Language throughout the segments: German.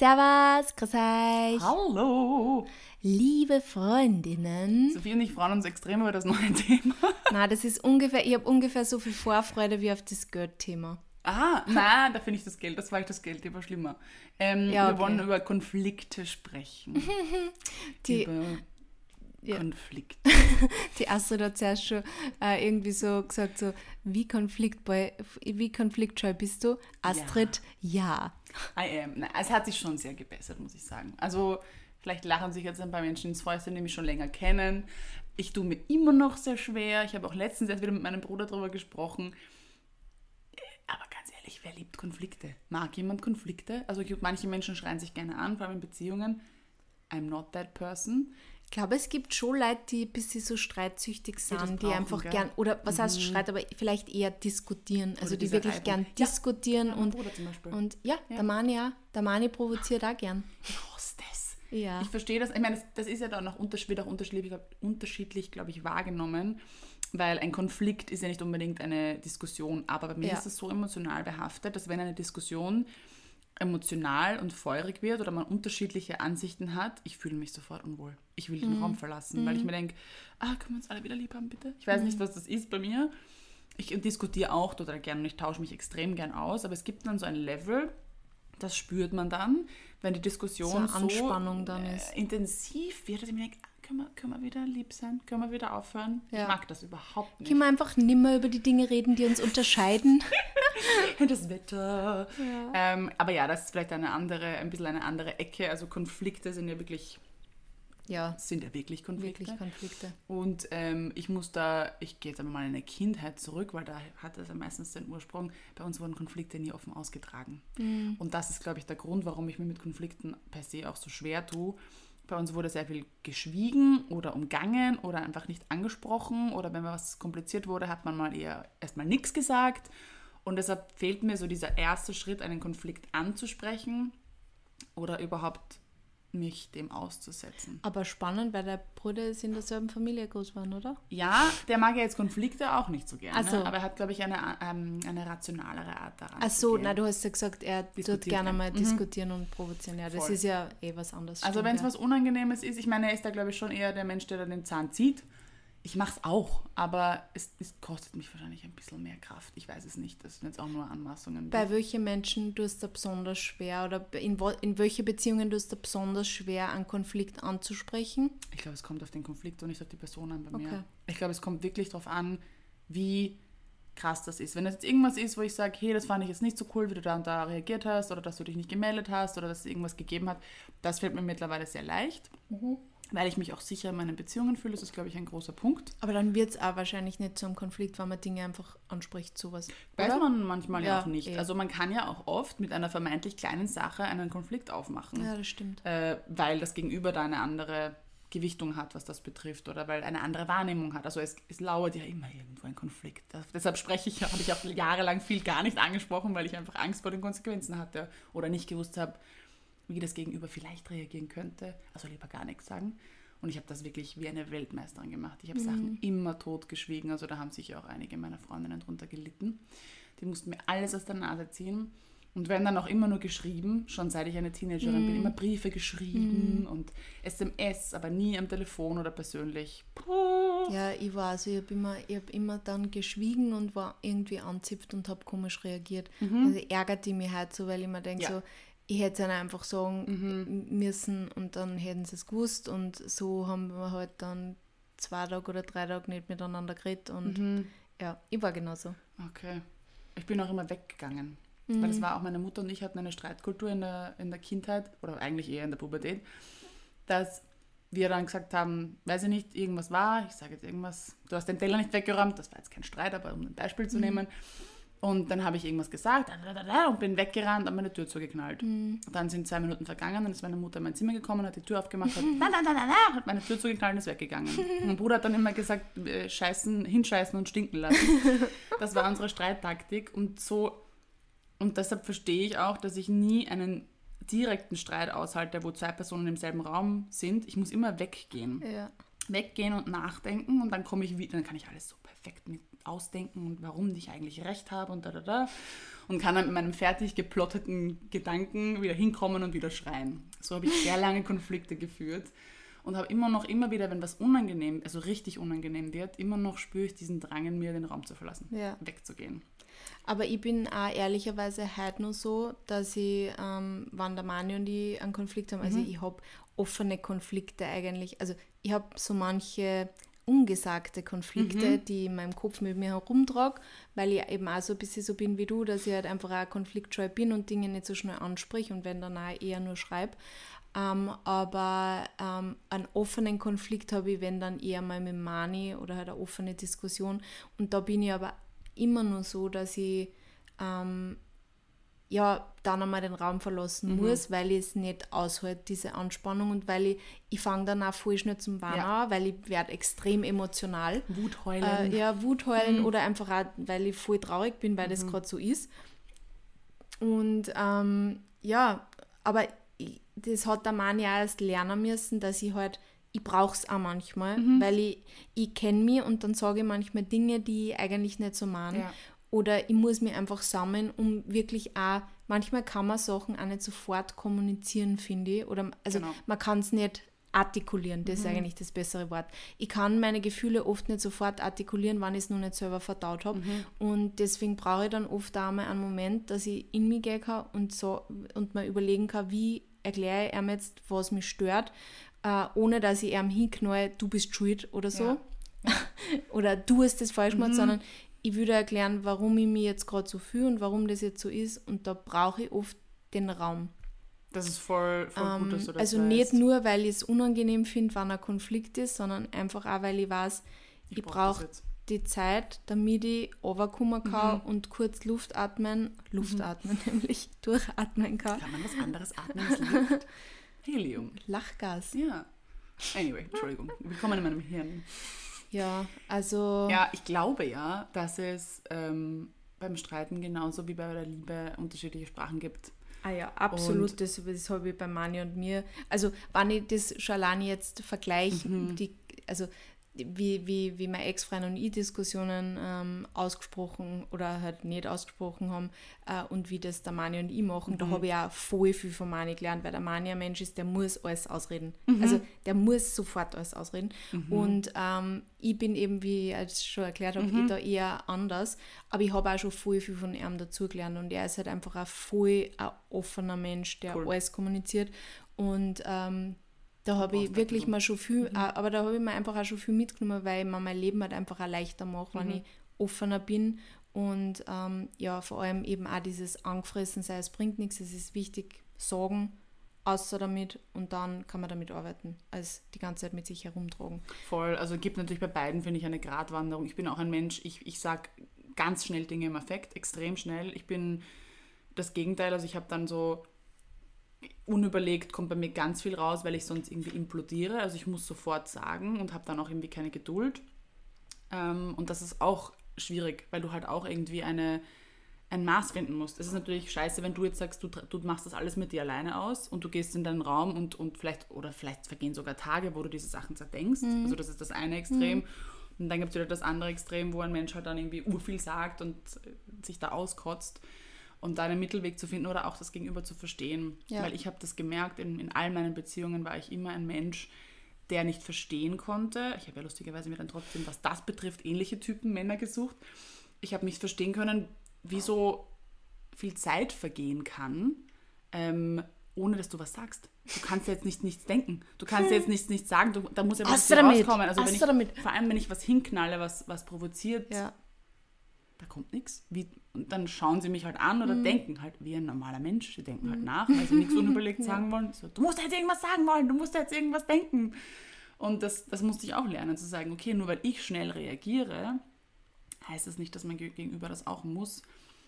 Servus, grüß euch. Hallo! Liebe Freundinnen. Sophie und ich freuen uns extrem über das neue Thema. Na, ich habe ungefähr so viel Vorfreude wie auf das Geldthema. Nein, da finde ich das Geldthema schlimmer. Wir wollen über Konflikte sprechen. Konflikte. Die Astrid hat zuerst schon irgendwie so gesagt, so, wie konfliktscheu bist du? Astrid, ja. I am. Es hat sich schon sehr gebessert, muss ich sagen. Also, vielleicht lachen sich jetzt ein paar Menschen ins Fäustchen, die mich schon länger kennen. Ich tue mir immer noch sehr schwer. Ich habe auch letztens erst wieder mit meinem Bruder darüber gesprochen. Aber ganz ehrlich, wer liebt Konflikte? Mag jemand Konflikte? Also manche Menschen schreien sich gerne an, vor allem in Beziehungen. I'm not that person. Ich glaube, es gibt schon Leute, die ein bisschen so streitsüchtig sind, die einfach gell? gern, oder was heißt Streit, aber vielleicht eher diskutieren. Also die wirklich Reibung. gern diskutieren. Ja, mein Bruder zum Beispiel. Und der Mani provoziert auch gern. Ich hasse das. Ja. Ich verstehe das. Ich meine, das ist ja dann auch unterschiedlich, glaube ich, wahrgenommen, weil ein Konflikt ist ja nicht unbedingt eine Diskussion, aber bei mir ist es so emotional behaftet, dass wenn eine Diskussion emotional und feurig wird oder man unterschiedliche Ansichten hat, ich fühle mich sofort unwohl. Ich will den Raum verlassen, weil ich mir denke, können wir uns alle wieder lieb haben, bitte? Ich weiß nicht, was das ist bei mir. Ich diskutiere auch total gern und ich tausche mich extrem gern aus, aber es gibt dann so ein Level, das spürt man dann, wenn die Diskussion so Anspannung dann ist. Intensiv wird, dass ich mir denke, können wir wieder lieb sein? Können wir wieder aufhören? Ja. Ich mag das überhaupt nicht. Können wir einfach nimmer über die Dinge reden, die uns unterscheiden? Das Wetter. Ja. Aber ja, das ist vielleicht ein bisschen eine andere Ecke. Also Konflikte sind ja wirklich Konflikte. Wirklich Konflikte. Und ich gehe jetzt aber mal in eine Kindheit zurück, weil da hat es ja meistens den Ursprung. Bei uns wurden Konflikte nie offen ausgetragen. Und das ist, glaube ich, der Grund, warum ich mir mit Konflikten per se auch so schwer tue. Bei uns wurde sehr viel geschwiegen oder umgangen oder einfach nicht angesprochen. Oder wenn was kompliziert wurde, hat man mal eher erstmal nichts gesagt. Und deshalb fehlt mir so dieser erste Schritt, einen Konflikt anzusprechen oder überhaupt mich dem auszusetzen. Aber spannend, weil der Bruder ist in derselben Familie groß geworden, oder? Ja, der mag ja jetzt Konflikte auch nicht so gerne, so. Aber er hat, glaube ich, eine rationalere Art daran. Ach so, na, du hast ja gesagt, er tut gerne mal diskutieren und provozieren. Ja, das Voll. ist ja was anderes. Also wenn es was Unangenehmes ist, ich meine, er ist da, glaube ich, schon eher der Mensch, der da den Zahn zieht. Ich mache es auch, aber es kostet mich wahrscheinlich ein bisschen mehr Kraft. Ich weiß es nicht, das sind jetzt auch nur Anmaßungen. Bei welchen Menschen tust du besonders schwer oder in welche Beziehungen tust du besonders schwer, einen Konflikt anzusprechen? Ich glaube, es kommt auf den Konflikt und nicht auf die Person an bei Okay. mir. Ich glaube, es kommt wirklich darauf an, wie krass das ist. Wenn das jetzt irgendwas ist, wo ich sage, hey, das fand ich jetzt nicht so cool, wie du da und da reagiert hast oder dass du dich nicht gemeldet hast oder dass es irgendwas gegeben hat, das fällt mir mittlerweile sehr leicht. Weil ich mich auch sicher in meinen Beziehungen fühle, das ist, glaube ich, ein großer Punkt. Aber dann wird es auch wahrscheinlich nicht zu einem Konflikt, wenn man Dinge einfach anspricht, sowas. Weiß man manchmal ja auch nicht. Eh. Also man kann ja auch oft mit einer vermeintlich kleinen Sache einen Konflikt aufmachen. Ja, das stimmt. Weil das Gegenüber da eine andere Gewichtung hat, was das betrifft oder weil eine andere Wahrnehmung hat. Also es lauert ja immer irgendwo ein Konflikt. Deshalb habe ich auch jahrelang viel gar nicht angesprochen, weil ich einfach Angst vor den Konsequenzen hatte oder nicht gewusst habe, wie das Gegenüber vielleicht reagieren könnte. Also lieber gar nichts sagen. Und ich habe das wirklich wie eine Weltmeisterin gemacht. Ich habe Sachen immer totgeschwiegen. Also da haben sicher auch einige meiner Freundinnen drunter gelitten. Die mussten mir alles aus der Nase ziehen. Und werden dann auch immer nur geschrieben, schon seit ich eine Teenagerin bin, immer Briefe geschrieben und SMS, aber nie am Telefon oder persönlich. Puh. Ja, ich war also, ich hab immer dann geschwiegen und war irgendwie anzipft und habe komisch reagiert. Also ärgert die mich halt so, weil ich mir denke, so, ich hätte es ihnen einfach sagen müssen und dann hätten sie es gewusst und so haben wir halt dann 2 Tage oder 3 Tage nicht miteinander geredet und ja, ich war genauso. Okay. Ich bin auch immer weggegangen. Weil das war auch meine Mutter und ich hatten eine Streitkultur in der Kindheit oder eigentlich eher in der Pubertät, dass wir dann gesagt haben, weiß ich nicht, irgendwas war, ich sage jetzt irgendwas, du hast den Teller nicht weggeräumt, das war jetzt kein Streit, aber um ein Beispiel zu nehmen. Und dann habe ich irgendwas gesagt und bin weggerannt und meine Tür zugeknallt. Dann sind 2 Minuten vergangen, dann ist meine Mutter in mein Zimmer gekommen, hat die Tür aufgemacht, hat meine Tür zugeknallt und ist weggegangen. Mein Bruder hat dann immer gesagt, hinscheißen und stinken lassen. Das war unsere Streittaktik und deshalb verstehe ich auch, dass ich nie einen direkten Streit aushalte, wo 2 Personen im selben Raum sind. Ich muss immer weggehen. Ja. Weggehen und nachdenken und dann komme ich wieder, dann kann ich alles so perfekt ausdenken und warum ich eigentlich recht habe und da. Und kann dann mit meinem fertig geplotteten Gedanken wieder hinkommen und wieder schreien. So habe ich sehr lange Konflikte geführt und habe immer wieder, wenn was unangenehm, also richtig unangenehm wird, immer noch spüre ich diesen Drang in mir, den Raum zu verlassen, wegzugehen. Aber ich bin auch ehrlicherweise heute noch so, dass ich, wenn der Mani und ich einen Konflikt haben, also ich habe offene Konflikte eigentlich, also ich habe so manche ungesagte Konflikte, die ich in meinem Kopf mit mir herumtrage, weil ich eben auch so ein bisschen so bin wie du, dass ich halt einfach auch konfliktscheu bin und Dinge nicht so schnell ansprich und wenn dann auch eher nur schreibe. Aber einen offenen Konflikt habe ich, wenn dann eher mal mit Mani oder halt eine offene Diskussion und da bin ich aber immer nur so, dass ich dann einmal den Raum verlassen muss, weil ich es nicht aushalte, diese Anspannung und weil ich fange dann auch voll schnell zum Weinen an, weil ich werde extrem emotional. Wutheulen. Wutheulen oder einfach auch, weil ich voll traurig bin, weil das gerade so ist. Und aber das hat der Mann ja erst lernen müssen, dass ich halt, ich brauche es auch manchmal, weil ich kenne mich und dann sage ich manchmal Dinge, die ich eigentlich nicht so meine. Ja. Oder ich muss mich einfach sammeln, um wirklich auch, manchmal kann man Sachen auch nicht sofort kommunizieren, finde ich. Oder, man kann es nicht artikulieren, das ist eigentlich das bessere Wort. Ich kann meine Gefühle oft nicht sofort artikulieren, wenn ich es noch nicht selber verdaut habe. Und deswegen brauche ich dann oft auch mal einen Moment, dass ich in mich gehen kann und mir überlegen kann, wie erkläre ich ihm jetzt, was mich stört, ohne dass ich ihm hinknalle, du bist schuld oder so. Ja. Oder du hast das falsch gemacht, sondern ich würde erklären, warum ich mich jetzt gerade so fühle und warum das jetzt so ist. Und da brauche ich oft den Raum. Das ist voll gut, dass du das also weißt. Nicht nur, weil ich es unangenehm finde, wenn ein Konflikt ist, sondern einfach auch, weil ich weiß, ich brauche die Zeit, damit ich runterkommen kann und kurz Luft atmen nämlich durchatmen kann. Kann man was anderes atmen als Luft? Helium. Lachgas. Ja. Anyway, Entschuldigung. Willkommen in meinem Hirn. Ja, also... Ja, ich glaube ja, dass es beim Streiten genauso wie bei der Liebe unterschiedliche Sprachen gibt. Ah ja, absolut. Das habe ich bei Mani und mir. Also, wenn ich das schon alleine jetzt vergleiche, wie mein Ex-Freund und ich Diskussionen ausgesprochen oder halt nicht ausgesprochen haben und wie das der Mani und ich machen, da habe ich auch voll viel von Mani gelernt, weil der Mani ein Mensch ist, der muss alles ausreden. Also der muss sofort alles ausreden. Und ich bin eben, wie ich schon erklärt habe, da eher anders, aber ich habe auch schon voll viel von ihm dazugelernt und er ist halt einfach ein offener Mensch, der alles kommuniziert und da habe ich wirklich mal schon viel, aber da habe ich mir einfach auch schon viel mitgenommen, weil ich mir mein Leben halt einfach auch leichter mache, wenn ich offener bin und vor allem eben auch dieses Angefressensein, es bringt nichts, es ist wichtig, sagen, außer damit und dann kann man damit arbeiten, als die ganze Zeit mit sich herumtragen. Voll, also es gibt natürlich bei beiden, finde ich, eine Gratwanderung. Ich bin auch ein Mensch, ich sage ganz schnell Dinge im Affekt, extrem schnell. Ich bin das Gegenteil, also ich habe dann so unüberlegt kommt bei mir ganz viel raus, weil ich sonst irgendwie implodiere. Also ich muss sofort sagen und habe dann auch irgendwie keine Geduld. Und das ist auch schwierig, weil du halt auch irgendwie ein Maß finden musst. Es ist natürlich scheiße, wenn du jetzt sagst, du machst das alles mit dir alleine aus und du gehst in deinen Raum und vielleicht vergehen sogar Tage, wo du diese Sachen zerdenkst. Also das ist das eine Extrem. Und dann gibt es wieder das andere Extrem, wo ein Mensch halt dann irgendwie urviel sagt und sich da auskotzt. Und da einen Mittelweg zu finden oder auch das Gegenüber zu verstehen. Ja. Weil ich habe das gemerkt, in all meinen Beziehungen war ich immer ein Mensch, der nicht verstehen konnte. Ich habe ja lustigerweise mir dann trotzdem, was das betrifft, ähnliche Typen Männer gesucht. Ich habe nicht verstehen können, wie so viel Zeit vergehen kann, ohne dass du was sagst. Du kannst jetzt nichts denken. Du kannst jetzt nichts sagen. Da muss ja was rauskommen. Also vor allem, wenn ich was hinknalle, was provoziert, da kommt nichts. Und dann schauen sie mich halt an oder denken halt wie ein normaler Mensch. Sie denken halt nach, weil sie nichts unüberlegt sagen wollen. So, du musst jetzt irgendwas sagen wollen, du musst jetzt irgendwas denken. Und das musste ich auch lernen, zu sagen, okay, nur weil ich schnell reagiere, heißt das nicht, dass mein Gegenüber das auch muss.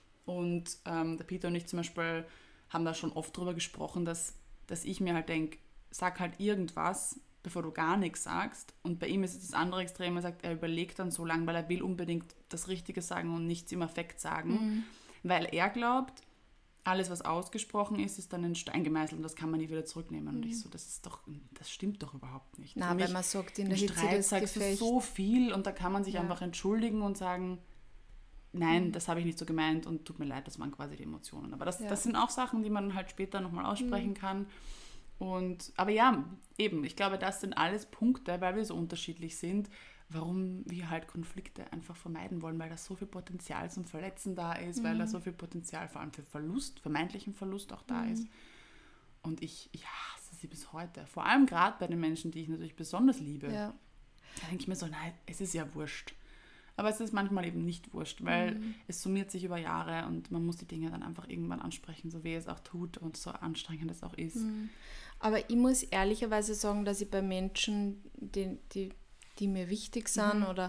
Und der Peter und ich zum Beispiel haben da schon oft drüber gesprochen, dass ich mir halt denke, sag halt irgendwas, bevor du gar nichts sagst. Und bei ihm ist es das andere Extrem, er sagt, er überlegt dann so lange, weil er will unbedingt das Richtige sagen und nichts im Affekt sagen. Weil er glaubt, alles, was ausgesprochen ist, ist dann in Stein gemeißelt und das kann man nie wieder zurücknehmen. Und ich so, das stimmt doch überhaupt nicht. Na, weil man sagt, in der Hitze Streit des sagst Gefechts. du so viel und da kann man sich einfach entschuldigen und sagen, nein, das habe ich nicht so gemeint und tut mir leid, das waren quasi die Emotionen. Aber das sind auch Sachen, die man halt später nochmal aussprechen kann. Aber ja, eben, ich glaube, das sind alles Punkte, weil wir so unterschiedlich sind, warum wir halt Konflikte einfach vermeiden wollen, weil da so viel Potenzial zum Verletzen da ist, weil da so viel Potenzial vor allem für Verlust, vermeintlichen Verlust auch da ist. Und ich hasse sie bis heute. Vor allem gerade bei den Menschen, die ich natürlich besonders liebe. Ja. Da denke ich mir so, nein, es ist ja wurscht. Aber es ist manchmal eben nicht wurscht, weil es summiert sich über Jahre und man muss die Dinge dann einfach irgendwann ansprechen, so wie es auch tut und so anstrengend es auch ist. Aber ich muss ehrlicherweise sagen, dass ich bei Menschen, die mir wichtig sind oder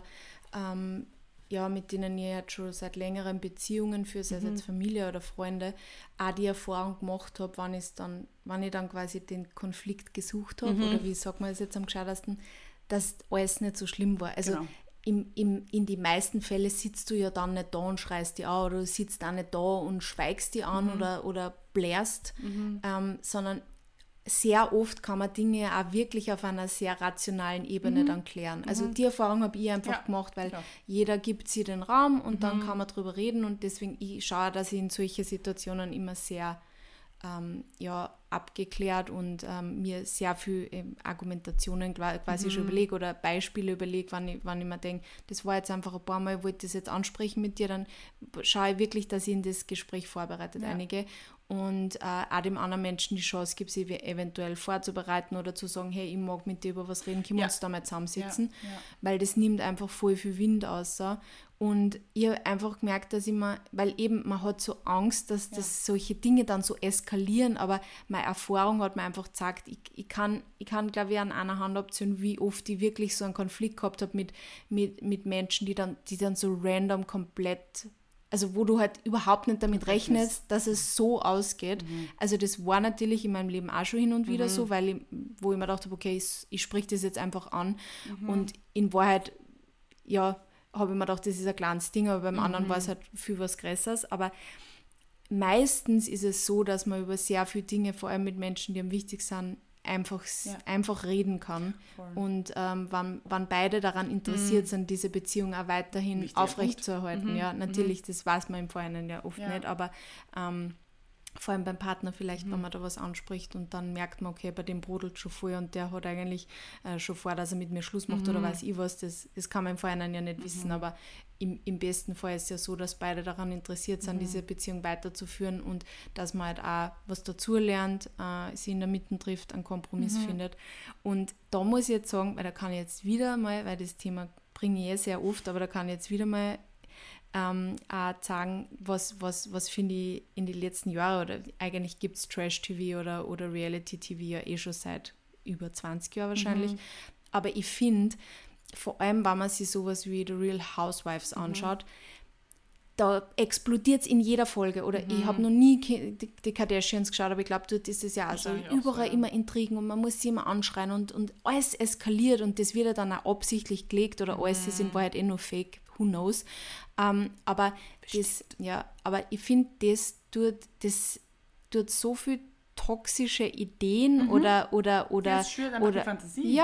mit denen ich jetzt schon seit längeren Beziehungen führe, sei es jetzt Familie oder Freunde, auch die Erfahrung gemacht habe, wenn ich dann quasi den Konflikt gesucht habe, oder wie sagt man es jetzt am gescheitesten, dass alles nicht so schlimm war. Also in die meisten Fälle sitzt du ja dann nicht da und schreist die an oder du sitzt auch nicht da und schweigst die an oder blärst, sondern sehr oft kann man Dinge auch wirklich auf einer sehr rationalen Ebene dann klären. Also die Erfahrung habe ich einfach gemacht, weil jeder gibt sich den Raum und dann kann man drüber reden und deswegen ich schaue, dass ich in solche Situationen immer sehr abgeklärt und mir sehr viel Argumentationen quasi schon überlege oder Beispiele überlege, wenn ich mir denke, das war jetzt einfach ein paar Mal, ich wollte das jetzt ansprechen mit dir, dann schaue ich wirklich, dass ich in das Gespräch vorbereitet einige und auch dem anderen Menschen die Chance gibt, sich eventuell vorzubereiten oder zu sagen, hey, ich mag mit dir über was reden, können wir uns da mal zusammensitzen, weil das nimmt einfach voll viel Wind aus. Und ich habe einfach gemerkt, dass weil eben man hat so Angst, dass das solche Dinge dann so eskalieren, aber meine Erfahrung hat mir einfach gesagt, ich kann glaube ich, an einer Hand abzählen, wie oft ich wirklich so einen Konflikt gehabt habe mit Menschen, die dann so random komplett, also wo du halt überhaupt nicht damit rechnest, dass es so ausgeht. Also das war natürlich in meinem Leben auch schon hin und wieder so, wo ich mir gedacht habe, okay, ich spreche das jetzt einfach an und in Wahrheit, habe ich mir gedacht, das ist ein kleines Ding, aber beim anderen war es halt viel was Größeres. Aber meistens ist es so, dass man über sehr viele Dinge, vor allem mit Menschen, die einem wichtig sind, einfach reden kann. Voll. Und wenn beide daran interessiert sind, diese Beziehung auch weiterhin aufrechtzuerhalten. Ja, natürlich, das weiß man im Vorhinein ja oft nicht, aber vor allem beim Partner vielleicht, wenn man da was anspricht und dann merkt man, okay, bei dem brodelt schon voll und der hat eigentlich schon vor, dass er mit mir Schluss macht oder weiß ich was, das kann man im Vorhinein ja nicht wissen, aber im besten Fall ist es ja so, dass beide daran interessiert sind, diese Beziehung weiterzuführen und dass man halt auch was dazulernt, sie in der Mitte trifft, einen Kompromiss findet. Und da muss ich jetzt sagen, weil da kann ich jetzt wieder mal, weil das Thema bringe ich sehr oft, aber da kann ich jetzt wieder mal auch sagen, was finde ich in den letzten Jahren, oder eigentlich gibt es Trash-TV oder Reality-TV ja eh schon seit über 20 Jahren wahrscheinlich, aber ich finde, vor allem, wenn man sich sowas wie The Real Housewives anschaut, da explodiert es in jeder Folge, oder ich habe noch nie die Kardashians geschaut, aber ich glaube, dort ist es ja also überall immer Intrigen und man muss sie immer anschreien und alles eskaliert und das wird ja dann auch absichtlich gelegt oder alles ist in Wahrheit nur Fake, who knows. Aber ich finde, das tut so viel toxische Ideen oder die Fantasie.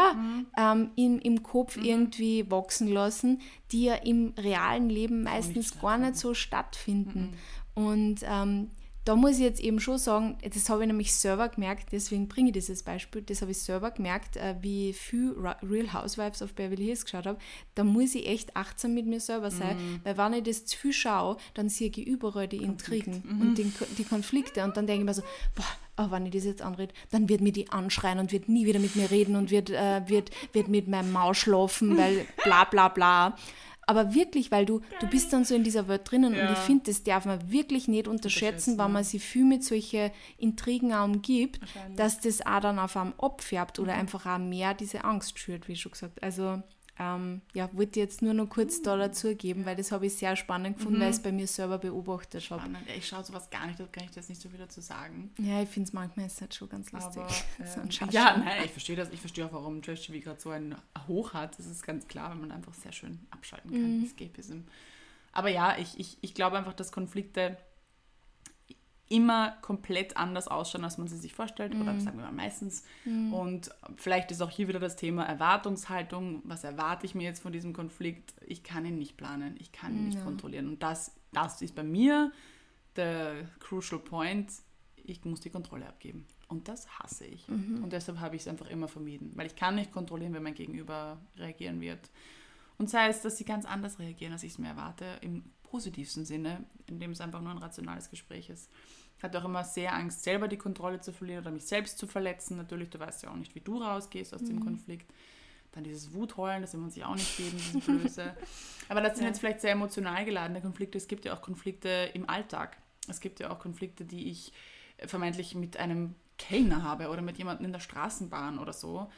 Im Kopf irgendwie wachsen lassen, die ja im realen Leben meistens gar nicht so stattfinden. Und da muss ich jetzt eben schon sagen, das habe ich nämlich selber gemerkt, deswegen bringe ich dieses Beispiel, das habe ich selber gemerkt, wie viel Real Housewives of Beverly Hills geschaut habe, da muss ich echt achtsam mit mir selber sein, weil wenn ich das zu viel schaue, dann sehe ich überall die Intrigen und die Konflikte und dann denke ich mir so, wenn ich das jetzt anrede, dann wird mir die anschreien und wird nie wieder mit mir reden und wird mit meinem Maus schlafen, weil bla bla bla. Aber wirklich, weil du bist dann so in dieser Welt drinnen und ich finde, das darf man wirklich nicht unterschätzen, wenn man sich viel mit solchen Intrigen auch umgibt, dass das auch dann auf einem abfärbt oder einfach auch mehr diese Angst schürt, wie schon gesagt. Also wollte ich jetzt nur noch kurz da dazu geben, weil das habe ich sehr spannend gefunden, weil ich es bei mir selber beobachtet habe. Ja, ich schaue sowas gar nicht, da kann ich das nicht so wieder zu sagen. Ja, ich finde es manchmal ist halt schon ganz lustig. Aber, so ich verstehe das. Ich verstehe auch, warum Trash TV gerade so einen Hoch hat. Das ist ganz klar, weil man einfach sehr schön abschalten kann, Escapism. Aber ja, ich glaube einfach, dass Konflikte, immer komplett anders ausschauen, als man sie sich vorstellt, oder sagen wir mal meistens. Und vielleicht ist auch hier wieder das Thema Erwartungshaltung. Was erwarte ich mir jetzt von diesem Konflikt? Ich kann ihn nicht planen, ich kann ihn nicht kontrollieren. Und das ist bei mir der crucial point. Ich muss die Kontrolle abgeben. Und das hasse ich. Und deshalb habe ich es einfach immer vermieden. Weil ich kann nicht kontrollieren, wie mein Gegenüber reagieren wird. Und sei es, dass sie ganz anders reagieren, als ich es mir erwarte, im positivsten Sinne, indem es einfach nur ein rationales Gespräch ist. Ich hatte auch immer sehr Angst, selber die Kontrolle zu verlieren oder mich selbst zu verletzen. Natürlich, du weißt ja auch nicht, wie du rausgehst aus dem Konflikt. Dann dieses Wutheulen, das will man sich auch nicht geben, diese Blöße. Aber das sind jetzt vielleicht sehr emotional geladene Konflikte. Es gibt ja auch Konflikte im Alltag. Es gibt ja auch Konflikte, die ich vermeintlich mit einem Kellner habe oder mit jemandem in der Straßenbahn oder so,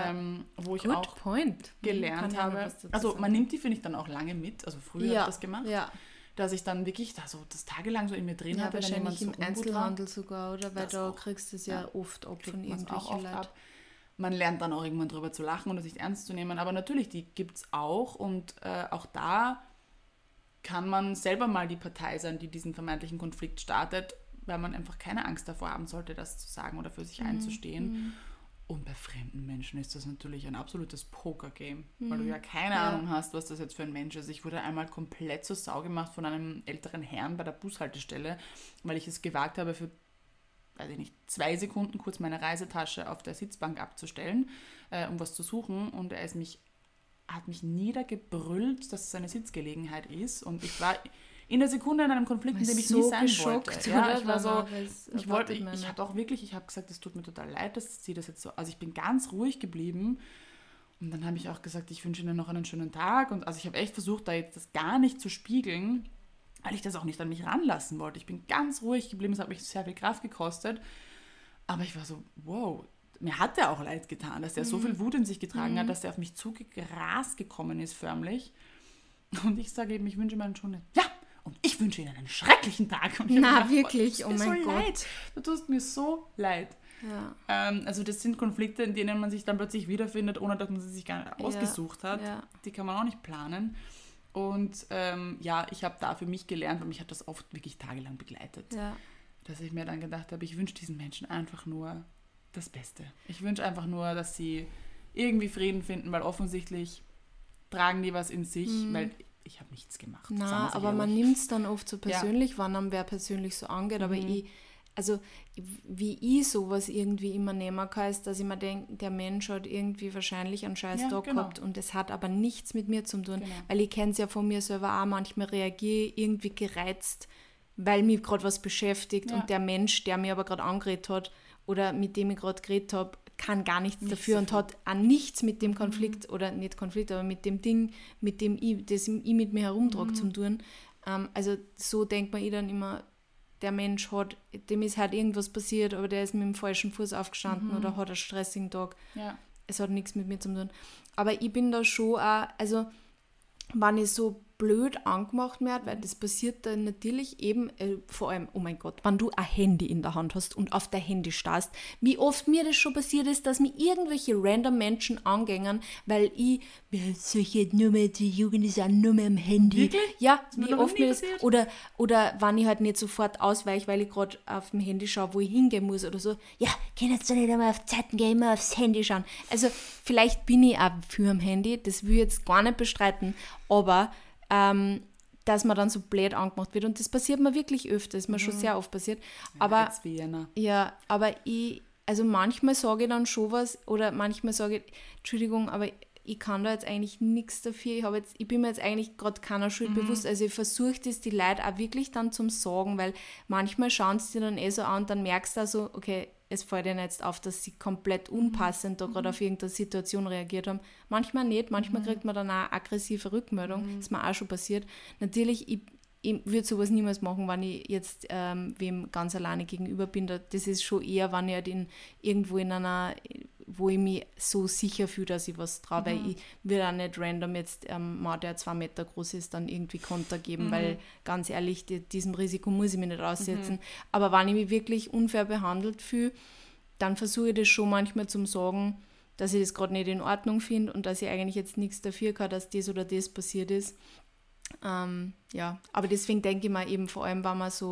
wo ich auch gelernt habe. Also man nimmt die, finde ich, dann auch lange mit. Also früher habe ich das gemacht. Ja. Dass ich dann wirklich das tagelang so in mir drin hatte. Wahrscheinlich im Einzelhandel sogar, oder? Weil da kriegst du es ja oft ab von irgendwelchen Leuten. Man lernt dann auch irgendwann drüber zu lachen und es nicht ernst zu nehmen. Aber natürlich, die gibt es auch. Und auch da kann man selber mal die Partei sein, die diesen vermeintlichen Konflikt startet, weil man einfach keine Angst davor haben sollte, das zu sagen oder für sich einzustehen. Und bei fremden Menschen ist das natürlich ein absolutes Poker-Game, weil du ja keine Ahnung hast, was das jetzt für ein Mensch ist. Ich wurde einmal komplett zur Sau gemacht von einem älteren Herrn bei der Bushaltestelle, weil ich es gewagt habe, für, weiß ich nicht, 2 Sekunden kurz meine Reisetasche auf der Sitzbank abzustellen, um was zu suchen. Und er hat mich niedergebrüllt, dass es eine Sitzgelegenheit ist. Und ich war in der Sekunde in einem Konflikt, in dem ich nie sein wollte. Ja, ich war so, ich habe gesagt, es tut mir total leid, dass sie das jetzt so, also ich bin ganz ruhig geblieben und dann habe ich auch gesagt, ich wünsche Ihnen noch einen schönen Tag und also ich habe echt versucht, da jetzt das gar nicht zu spiegeln, weil ich das auch nicht an mich ranlassen wollte. Ich bin ganz ruhig geblieben, es hat mich sehr viel Kraft gekostet, aber ich war so, wow, mir hat er auch leid getan, dass er so viel Wut in sich getragen hat, dass er auf mich zugerast gekommen ist, förmlich. Und ich sage eben, ich wünsche mir einen schönen Tag. Ja! Und ich wünsche Ihnen einen schrecklichen Tag. Und wirklich, oh mein Gott. Leid. Du tust mir so leid. Ja. Also das sind Konflikte, in denen man sich dann plötzlich wiederfindet, ohne dass man sie sich gar nicht ausgesucht hat. Ja. Die kann man auch nicht planen. Und ich habe da für mich gelernt, und mich hat das oft wirklich tagelang begleitet, dass ich mir dann gedacht habe, ich wünsche diesen Menschen einfach nur das Beste. Ich wünsche einfach nur, dass sie irgendwie Frieden finden, weil offensichtlich tragen die was in sich, weil ich habe nichts gemacht. Na, aber man nimmt es dann oft so persönlich, wann einem wer persönlich so angeht. Aber wie ich sowas irgendwie immer nehmen kann, ist, dass ich mir denke, der Mensch hat irgendwie wahrscheinlich einen scheiß Tag gehabt und es hat aber nichts mit mir zu tun. Genau. Weil ich kenne es ja von mir selber auch, manchmal reagiere ich irgendwie gereizt, weil mich gerade was beschäftigt und der Mensch, der mir aber gerade angeredet hat oder mit dem ich gerade geredet habe, kann gar nichts dafür und hat auch nichts mit dem Konflikt, oder nicht Konflikt, aber mit dem Ding, mit dem das ich mit mir herumtrage zu tun. Also so denkt man dann immer, der Mensch hat, dem ist halt irgendwas passiert, aber der ist mit dem falschen Fuß aufgestanden oder hat einen stressigen Tag. Ja. Es hat nichts mit mir zu tun. Aber ich bin da schon auch, also wenn ich so blöd angemacht werde, weil das passiert dann natürlich eben, vor allem, oh mein Gott, wenn du ein Handy in der Hand hast und auf dein Handy starrst, wie oft mir das schon passiert ist, dass mir irgendwelche random Menschen angängen, weil ich, solche Nummer, die Jugend ist auch nur mehr am Handy. Wirklich? Ja, wie oft mir das, oder wenn ich halt nicht sofort ausweiche, weil ich gerade auf dem Handy schaue, wo ich hingehen muss oder so, ja, können jetzt doch nicht einmal auf Zeiten gehen, immer aufs Handy schauen. Also vielleicht bin ich auch für am Handy, das will ich jetzt gar nicht bestreiten, aber dass man dann so blöd angemacht wird. Und das passiert mir wirklich öfter, ist mir schon sehr oft passiert. Aber, aber also manchmal sage ich dann schon was, oder manchmal sage ich, Entschuldigung, aber ich kann da jetzt eigentlich nichts dafür. Ich bin mir jetzt eigentlich gerade keiner Schuld bewusst. Also ich versuche das die Leute auch wirklich dann zum Sagen, weil manchmal schauen sie dir dann so an und dann merkst du also, okay, es fällt ihnen jetzt auf, dass sie komplett unpassend da gerade auf irgendeine Situation reagiert haben. Manchmal nicht, manchmal kriegt man dann auch aggressive Rückmeldung, ist mir auch schon passiert. Natürlich, ich würde sowas niemals machen, wenn ich jetzt wem ganz alleine gegenüber bin. Das ist schon eher, wenn ich halt irgendwo in einer, wo ich mich so sicher fühle, dass ich was traue, weil ich würde auch nicht random jetzt Mann, der 2 Meter groß ist, dann irgendwie Konter geben, weil ganz ehrlich, diesem Risiko muss ich mich nicht aussetzen. Aber wenn ich mich wirklich unfair behandelt fühle, dann versuche ich das schon manchmal zum Sagen, dass ich das gerade nicht in Ordnung finde und dass ich eigentlich jetzt nichts dafür kann, dass das oder das passiert ist. Aber deswegen denke ich mir eben, vor allem, wenn man so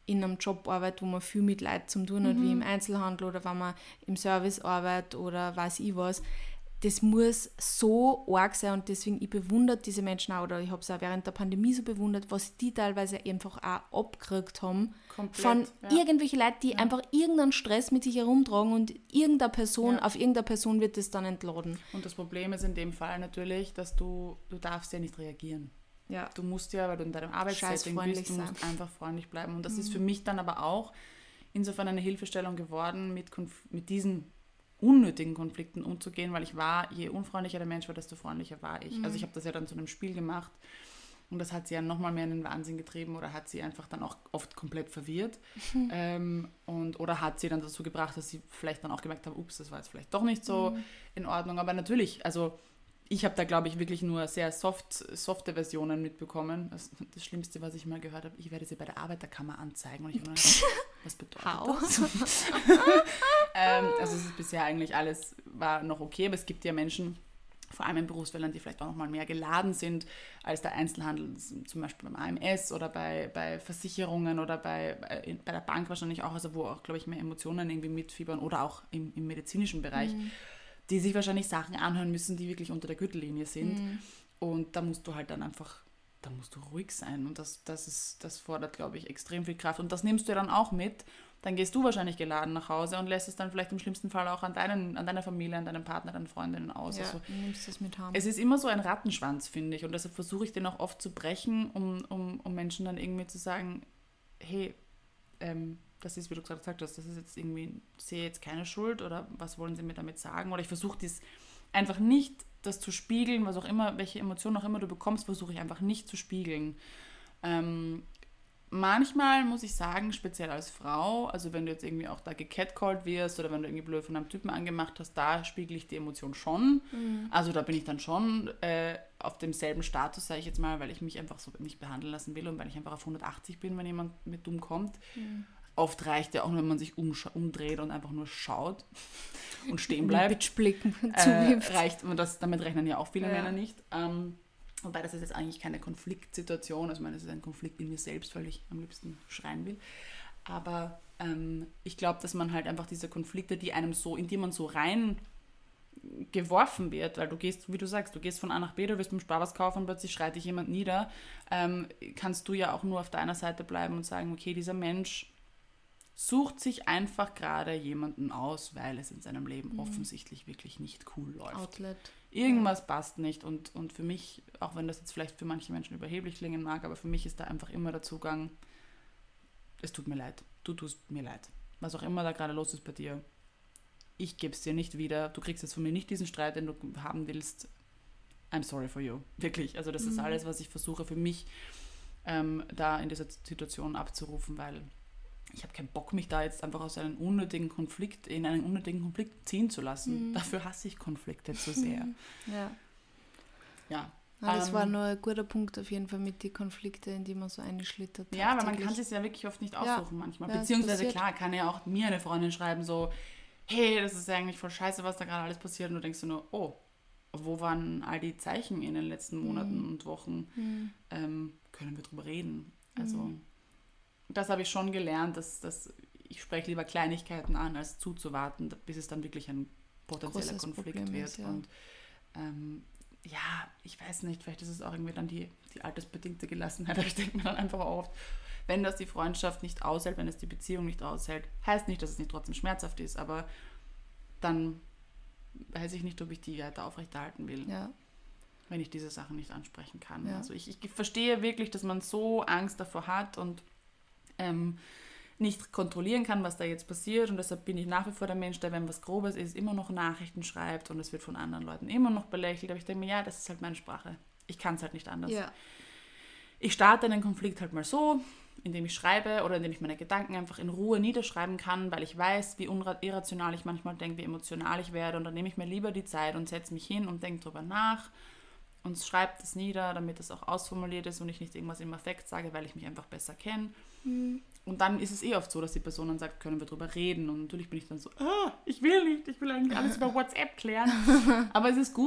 in einem Job arbeitet, wo man viel mit Leuten zu tun hat, wie im Einzelhandel oder wenn man im Service arbeitet oder weiß ich was. Das muss so arg sein und deswegen, ich bewundere diese Menschen auch, oder ich habe es auch während der Pandemie so bewundert, was die teilweise einfach auch abgekriegt haben. Komplett, von irgendwelchen Leuten, die einfach irgendeinen Stress mit sich herumtragen und auf irgendeine Person wird das dann entladen. Und das Problem ist in dem Fall natürlich, dass du darfst ja nicht reagieren. Ja. Du musst ja, weil du in deinem Arbeitssetting bist, du musst einfach freundlich bleiben. Und das ist für mich dann aber auch insofern eine Hilfestellung geworden, mit diesen unnötigen Konflikten umzugehen, weil je unfreundlicher der Mensch war, desto freundlicher war ich. Also ich habe das ja dann zu einem Spiel gemacht und das hat sie ja nochmal mehr in den Wahnsinn getrieben oder hat sie einfach dann auch oft komplett verwirrt oder hat sie dann dazu gebracht, dass sie vielleicht dann auch gemerkt haben, ups, das war jetzt vielleicht doch nicht so in Ordnung. Aber natürlich, also ich habe da, glaube ich, wirklich nur sehr softe Versionen mitbekommen. Das Schlimmste, was ich mal gehört habe, ich werde sie bei der Arbeiterkammer anzeigen. Und ich habe mir gedacht, was bedeutet das? Also es ist bisher eigentlich alles, war noch okay, aber es gibt ja Menschen, vor allem in Berufsfeldern, die vielleicht auch noch mal mehr geladen sind als der Einzelhandel, zum Beispiel beim AMS oder bei Versicherungen oder bei der Bank wahrscheinlich auch, also wo auch, glaube ich, mehr Emotionen irgendwie mitfiebern oder auch im medizinischen Bereich. Die sich wahrscheinlich Sachen anhören müssen, die wirklich unter der Gürtellinie sind. Und da musst du halt dann einfach, da musst du ruhig sein. Und das fordert, glaube ich, extrem viel Kraft. Und das nimmst du dann auch mit. Dann gehst du wahrscheinlich geladen nach Hause und lässt es dann vielleicht im schlimmsten Fall auch an deiner Familie, an deinem Partner, deinen Freundinnen aus. Ja, also, du nimmst das mit heim. Es ist immer so ein Rattenschwanz, finde ich. Und deshalb versuche ich den auch oft zu brechen, um Menschen dann irgendwie zu sagen, hey, das ist, wie du gesagt hast, das ist jetzt irgendwie, ich sehe jetzt keine Schuld oder was wollen sie mir damit sagen? Oder ich versuche das einfach nicht, das zu spiegeln, was auch immer, welche Emotionen auch immer du bekommst, versuche ich einfach nicht zu spiegeln. Manchmal muss ich sagen, speziell als Frau, also wenn du jetzt irgendwie auch da gecatcalled wirst oder wenn du irgendwie blöd von einem Typen angemacht hast, da spiegel ich die Emotion schon. Also da bin ich dann schon auf demselben Status, sage ich jetzt mal, weil ich mich einfach so nicht behandeln lassen will und weil ich einfach auf 180 bin, wenn jemand mit dumm kommt. Oft reicht ja auch, wenn man sich umdreht und einfach nur schaut und stehen bleibt. Bitchblicken reicht, damit rechnen ja auch viele Männer nicht. Wobei das ist jetzt eigentlich keine Konfliktsituation, also ich meine, das ist ein Konflikt in mir selbst, weil ich am liebsten schreien will. Aber ich glaube, dass man halt einfach diese Konflikte, in die man so rein geworfen wird, weil du gehst, wie du sagst, du gehst von A nach B, du wirst beim Spar was kaufen und plötzlich schreit dich jemand nieder, kannst du ja auch nur auf deiner Seite bleiben und sagen, okay, dieser Mensch sucht sich einfach gerade jemanden aus, weil es in seinem Leben offensichtlich wirklich nicht cool läuft. Outlet. Irgendwas passt nicht und für mich, auch wenn das jetzt vielleicht für manche Menschen überheblich klingen mag, aber für mich ist da einfach immer der Zugang, es tut mir leid, du tust mir leid. Was auch immer da gerade los ist bei dir, ich gebe es dir nicht wieder, du kriegst jetzt von mir nicht diesen Streit, den du haben willst, I'm sorry for you. Wirklich, also das ist alles, was ich versuche für mich da in dieser Situation abzurufen, weil ich habe keinen Bock, mich da jetzt einfach in einen unnötigen Konflikt ziehen zu lassen. Dafür hasse ich Konflikte zu sehr. Ja, das war nur ein guter Punkt auf jeden Fall mit den Konflikten, in die man so einschlittert. Ja, weil man kann es sich ja wirklich oft nicht aussuchen manchmal. Beziehungsweise klar, kann ja auch mir eine Freundin schreiben so, hey, das ist ja eigentlich voll scheiße, was da gerade alles passiert. Und du denkst nur, oh, wo waren all die Zeichen in den letzten Monaten und Wochen? Können wir drüber reden? Also das habe ich schon gelernt, dass ich spreche lieber Kleinigkeiten an, als zuzuwarten, bis es dann wirklich ein potenzieller Konflikt Problem wird. Ist, Und ich weiß nicht, vielleicht ist es auch irgendwie dann die altersbedingte Gelassenheit, aber ich denke mir dann einfach oft, wenn das die Freundschaft nicht aushält, wenn es die Beziehung nicht aushält, heißt nicht, dass es nicht trotzdem schmerzhaft ist, aber dann weiß ich nicht, ob ich die weiter aufrechterhalten will. Ja. Wenn ich diese Sachen nicht ansprechen kann. Ja. Also ich verstehe wirklich, dass man so Angst davor hat und nicht kontrollieren kann, was da jetzt passiert, und deshalb bin ich nach wie vor der Mensch, der, wenn was Grobes ist, immer noch Nachrichten schreibt und es wird von anderen Leuten immer noch belächelt, aber ich denke mir, ja, das ist halt meine Sprache. Ich kann es halt nicht anders. Ja. Ich starte einen Konflikt halt mal so, indem ich schreibe oder indem ich meine Gedanken einfach in Ruhe niederschreiben kann, weil ich weiß, wie irrational ich manchmal denke, wie emotional ich werde, und dann nehme ich mir lieber die Zeit und setze mich hin und denke drüber nach und schreibe das nieder, damit das auch ausformuliert ist und ich nicht irgendwas im Affekt sage, weil ich mich einfach besser kenne. Und dann ist es oft so, dass die Person dann sagt, können wir drüber reden, und natürlich bin ich dann so, ich will nicht, ich will eigentlich alles über WhatsApp klären, aber es ist gut.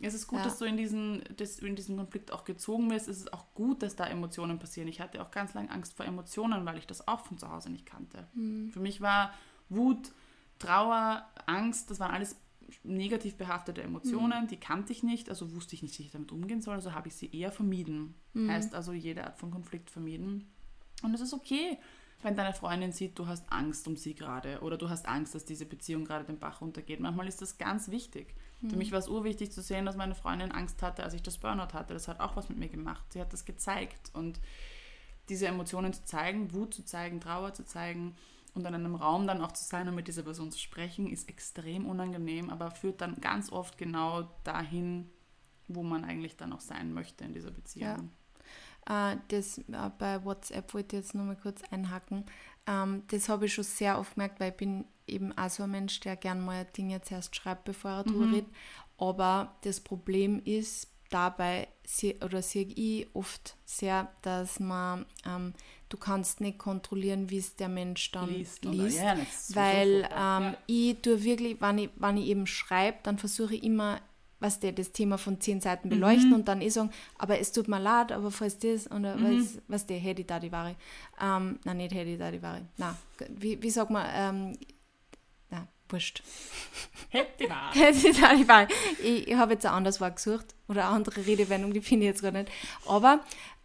Es ist gut, dass du in diesen Konflikt auch gezogen wirst. Es ist auch gut, dass da Emotionen passieren. Ich hatte auch ganz lange Angst vor Emotionen, weil ich das auch von zu Hause nicht kannte. Für mich war Wut, Trauer, Angst, das waren alles negativ behaftete Emotionen, die kannte ich nicht, also wusste ich nicht, wie ich damit umgehen soll, also habe ich sie eher vermieden. Heißt also jede Art von Konflikt vermieden. Und es ist okay, wenn deine Freundin sieht, du hast Angst um sie gerade oder du hast Angst, dass diese Beziehung gerade den Bach runtergeht. Manchmal ist das ganz wichtig. Für mich war es urwichtig zu sehen, dass meine Freundin Angst hatte, als ich das Burnout hatte. Das hat auch was mit mir gemacht. Sie hat das gezeigt. Und diese Emotionen zu zeigen, Wut zu zeigen, Trauer zu zeigen und in einem Raum dann auch zu sein und mit dieser Person zu sprechen, ist extrem unangenehm, aber führt dann ganz oft genau dahin, wo man eigentlich dann auch sein möchte in dieser Beziehung. Ja. Bei WhatsApp wollte ich jetzt nochmal kurz einhaken. Das habe ich schon sehr oft gemerkt, weil ich bin eben auch so ein Mensch, der gerne mal Dinge zuerst schreibt, bevor er drüber redet. Aber das Problem ist dabei, sehe ich oft sehr, dass man, du kannst nicht kontrollieren, wie es der Mensch dann liest. Ja, weil ich tue wirklich, wenn ich eben schreibe, dann versuche ich immer, das Thema von 10 Seiten beleuchten und dann sagen, aber es tut mir leid, aber falls das, oder hätte ich da die Ware. Nein, nicht hätte ich da die Ware. Nein, wie sagt man, wurscht. Hätte ich Hätte ich da die Ware. Ich habe jetzt ein anderes Wort gesucht oder eine andere Redewendung, die finde ich jetzt gar nicht. Aber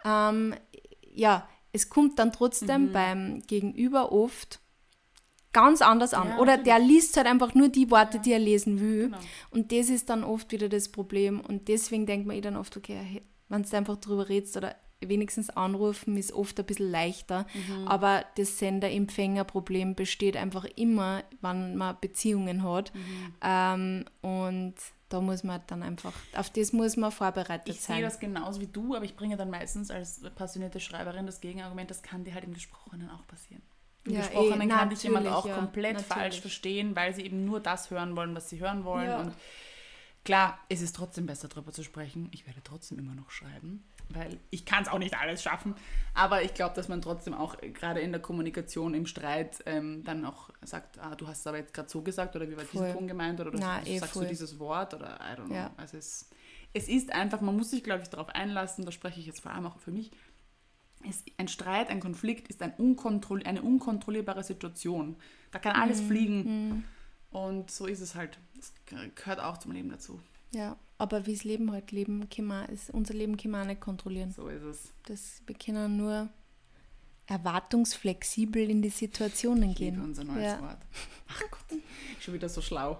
es kommt dann trotzdem beim Gegenüber oft ganz anders an. Ja, oder der liest halt einfach nur die Worte, die er lesen will. Genau. Und das ist dann oft wieder das Problem. Und deswegen denkt man dann oft, okay, wenn du einfach drüber redest oder wenigstens anrufen, ist oft ein bisschen leichter. Aber das Sender-Empfänger-Problem besteht einfach immer, wenn man Beziehungen hat. Und da muss man dann einfach, auf das muss man vorbereitet sein. Ich sehe das genauso wie du, aber ich bringe dann meistens als passionierte Schreiberin das Gegenargument, das kann dir halt im Gesprochenen auch passieren. Im Gesprochenen kann dich jemand auch komplett falsch verstehen, weil sie eben nur das hören wollen, was sie hören wollen. Ja. Und klar, es ist trotzdem besser, darüber zu sprechen. Ich werde trotzdem immer noch schreiben, weil ich kann es auch nicht alles schaffen. Aber ich glaube, dass man trotzdem auch gerade in der Kommunikation, im Streit dann auch sagt, du hast es aber jetzt gerade so gesagt oder wie war dieser Ton gemeint oder sagst du dieses Wort oder I don't know. Ja. Also es ist einfach, man muss sich, glaube ich, darauf einlassen, da spreche ich jetzt vor allem auch für mich, ein Streit, ein Konflikt ist eine unkontrollierbare Situation. Da kann alles fliegen. Und so ist es halt. Das gehört auch zum Leben dazu. Ja, aber wie das Leben halt unser Leben können wir auch nicht kontrollieren. So ist es. Wir können nur erwartungsflexibel in die Situationen gehen. Ich liebe unser neues Wort. Ach Gott, schon wieder so schlau.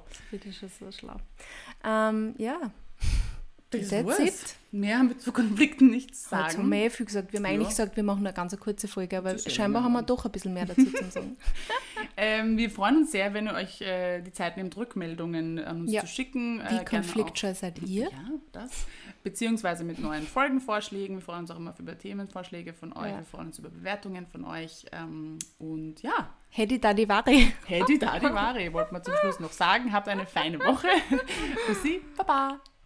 Ja. Das ist mehr haben wir zu Konflikten nichts zu sagen. Jetzt haben wir ja viel gesagt. Wir haben eigentlich gesagt, wir machen eine ganz kurze Folge, aber scheinbar haben wir doch ein bisschen mehr dazu zu sagen. Wir freuen uns sehr, wenn ihr euch die Zeit nehmt, Rückmeldungen an uns zu schicken. Wie konfliktscheu seid ihr? Ja, das. Beziehungsweise mit neuen Folgenvorschlägen. Wir freuen uns auch immer über Themenvorschläge von euch. Wir freuen uns über Bewertungen von euch. Und ja. Hätte da die Ware. Wollten wir zum Schluss noch sagen. Habt eine feine Woche. Bussi, Baba.